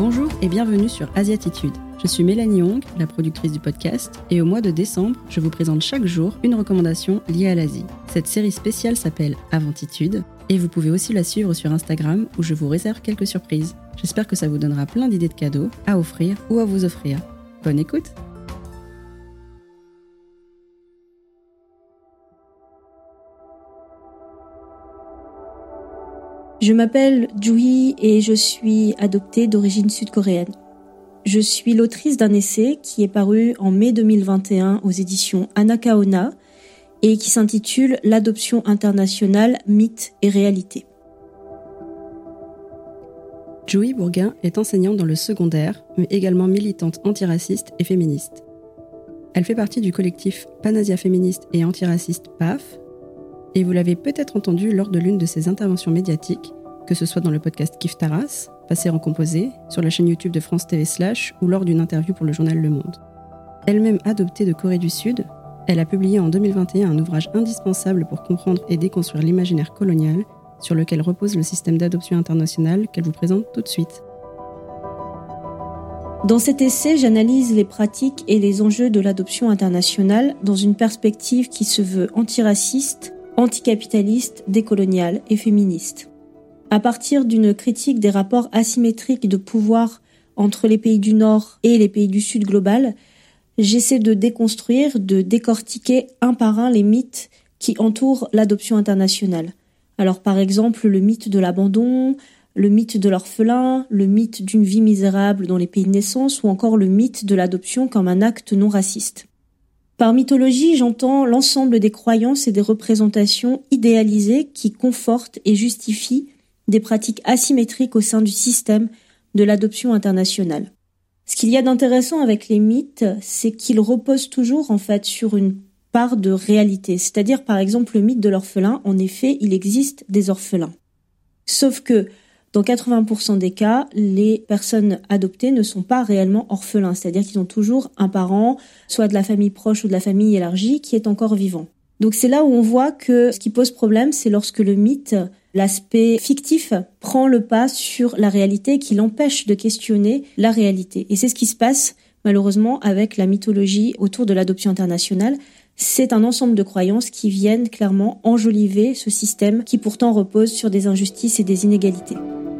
Bonjour et bienvenue sur Asiatitude. Je suis Mélanie Hong, la productrice du podcast, et au mois de décembre, je vous présente chaque jour une recommandation liée à l'Asie. Cette série spéciale s'appelle Aventitude, et vous pouvez aussi la suivre sur Instagram où je vous réserve quelques surprises. J'espère que ça vous donnera plein d'idées de cadeaux à offrir ou à vous offrir. Bonne écoute! Je m'appelle Juhi et je suis adoptée d'origine sud-coréenne. Je suis l'autrice d'un essai qui est paru en mai 2021 aux éditions Anacaona et qui s'intitule « L'adoption internationale, mythe et réalité ». Juhi Bourguin est enseignante dans le secondaire, mais également militante antiraciste et féministe. Elle fait partie du collectif Panasia féministe et antiraciste PAF, et vous l'avez peut-être entendu lors de l'une de ses interventions médiatiques, que ce soit dans le podcast Kif Taras, passé en composé, sur la chaîne YouTube de France TV / ou lors d'une interview pour le journal Le Monde. Elle-même adoptée de Corée du Sud, elle a publié en 2021 un ouvrage indispensable pour comprendre et déconstruire l'imaginaire colonial sur lequel repose le système d'adoption internationale qu'elle vous présente tout de suite. Dans cet essai, j'analyse les pratiques et les enjeux de l'adoption internationale dans une perspective qui se veut antiraciste, anticapitaliste, décoloniale et féministe. À partir d'une critique des rapports asymétriques de pouvoir entre les pays du Nord et les pays du Sud global, j'essaie de déconstruire, de décortiquer un par un les mythes qui entourent l'adoption internationale. Alors par exemple le mythe de l'abandon, le mythe de l'orphelin, le mythe d'une vie misérable dans les pays de naissance ou encore le mythe de l'adoption comme un acte non raciste. Par mythologie, j'entends l'ensemble des croyances et des représentations idéalisées qui confortent et justifient des pratiques asymétriques au sein du système de l'adoption internationale. Ce qu'il y a d'intéressant avec les mythes, c'est qu'ils reposent toujours en fait sur une part de réalité. C'est-à-dire par exemple le mythe de l'orphelin, en effet, il existe des orphelins. Sauf que dans 80% des cas, les personnes adoptées ne sont pas réellement orphelins, c'est-à-dire qu'ils ont toujours un parent, soit de la famille proche ou de la famille élargie, qui est encore vivant. Donc c'est là où on voit que ce qui pose problème, c'est lorsque le mythe, l'aspect fictif, prend le pas sur la réalité et qu'il empêche de questionner la réalité. Et c'est ce qui se passe malheureusement avec la mythologie autour de l'adoption internationale. C'est un ensemble de croyances qui viennent clairement enjoliver ce système qui pourtant repose sur des injustices et des inégalités.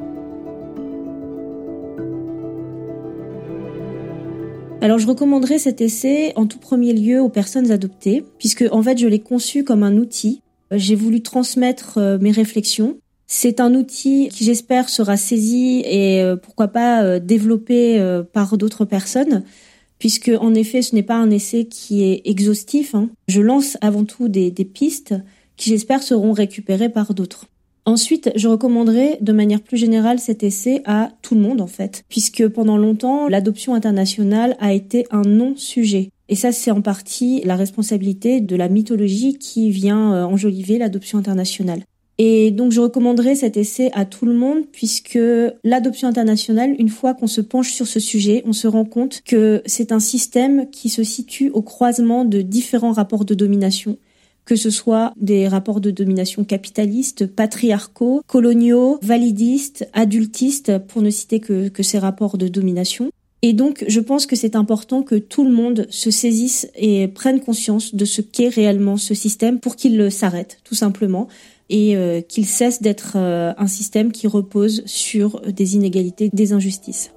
Alors je recommanderais cet essai en tout premier lieu aux personnes adoptées, puisque en fait je l'ai conçu comme un outil. J'ai voulu transmettre mes réflexions. C'est un outil qui j'espère sera saisi et pourquoi pas développé par d'autres personnes, puisque en effet ce n'est pas un essai qui est exhaustif. Je lance avant tout des pistes qui j'espère seront récupérées par d'autres. Ensuite, je recommanderais de manière plus générale cet essai à tout le monde en fait, puisque pendant longtemps, l'adoption internationale a été un non-sujet. Et ça, c'est en partie la responsabilité de la mythologie qui vient enjoliver l'adoption internationale. Et donc, je recommanderais cet essai à tout le monde, puisque l'adoption internationale, une fois qu'on se penche sur ce sujet, on se rend compte que c'est un système qui se situe au croisement de différents rapports de domination, que ce soit des rapports de domination capitalistes, patriarcaux, coloniaux, validistes, adultistes, pour ne citer que ces rapports de domination. Et donc, je pense que c'est important que tout le monde se saisisse et prenne conscience de ce qu'est réellement ce système pour qu'il s'arrête, tout simplement, et qu'il cesse d'être un système qui repose sur des inégalités, des injustices.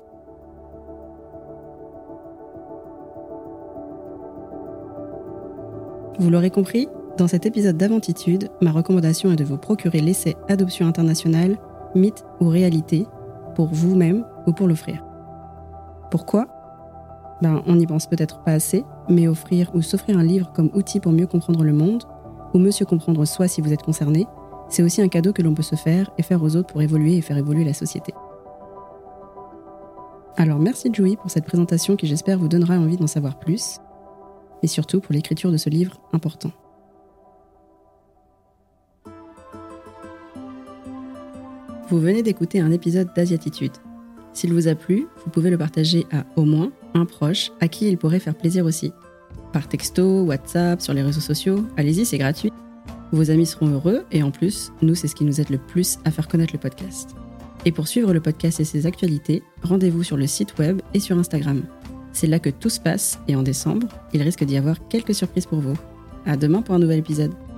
Vous l'aurez compris, dans cet épisode d'Aventitude, ma recommandation est de vous procurer l'essai Adoption internationale, mythe ou réalité, pour vous-même ou pour l'offrir. Pourquoi ? On n'y pense peut-être pas assez, mais offrir ou s'offrir un livre comme outil pour mieux comprendre le monde, ou mieux se comprendre soi si vous êtes concerné, c'est aussi un cadeau que l'on peut se faire et faire aux autres pour évoluer et faire évoluer la société. Alors merci Juhi pour cette présentation qui j'espère vous donnera envie d'en savoir plus, et surtout pour l'écriture de ce livre important. Vous venez d'écouter un épisode d'Asiatitude. S'il vous a plu, vous pouvez le partager à au moins un proche à qui il pourrait faire plaisir aussi. Par texto, WhatsApp, sur les réseaux sociaux, allez-y, c'est gratuit. Vos amis seront heureux et en plus, nous, c'est ce qui nous aide le plus à faire connaître le podcast. Et pour suivre le podcast et ses actualités, rendez-vous sur le site web et sur Instagram. C'est là que tout se passe et en décembre, il risque d'y avoir quelques surprises pour vous. À demain pour un nouvel épisode.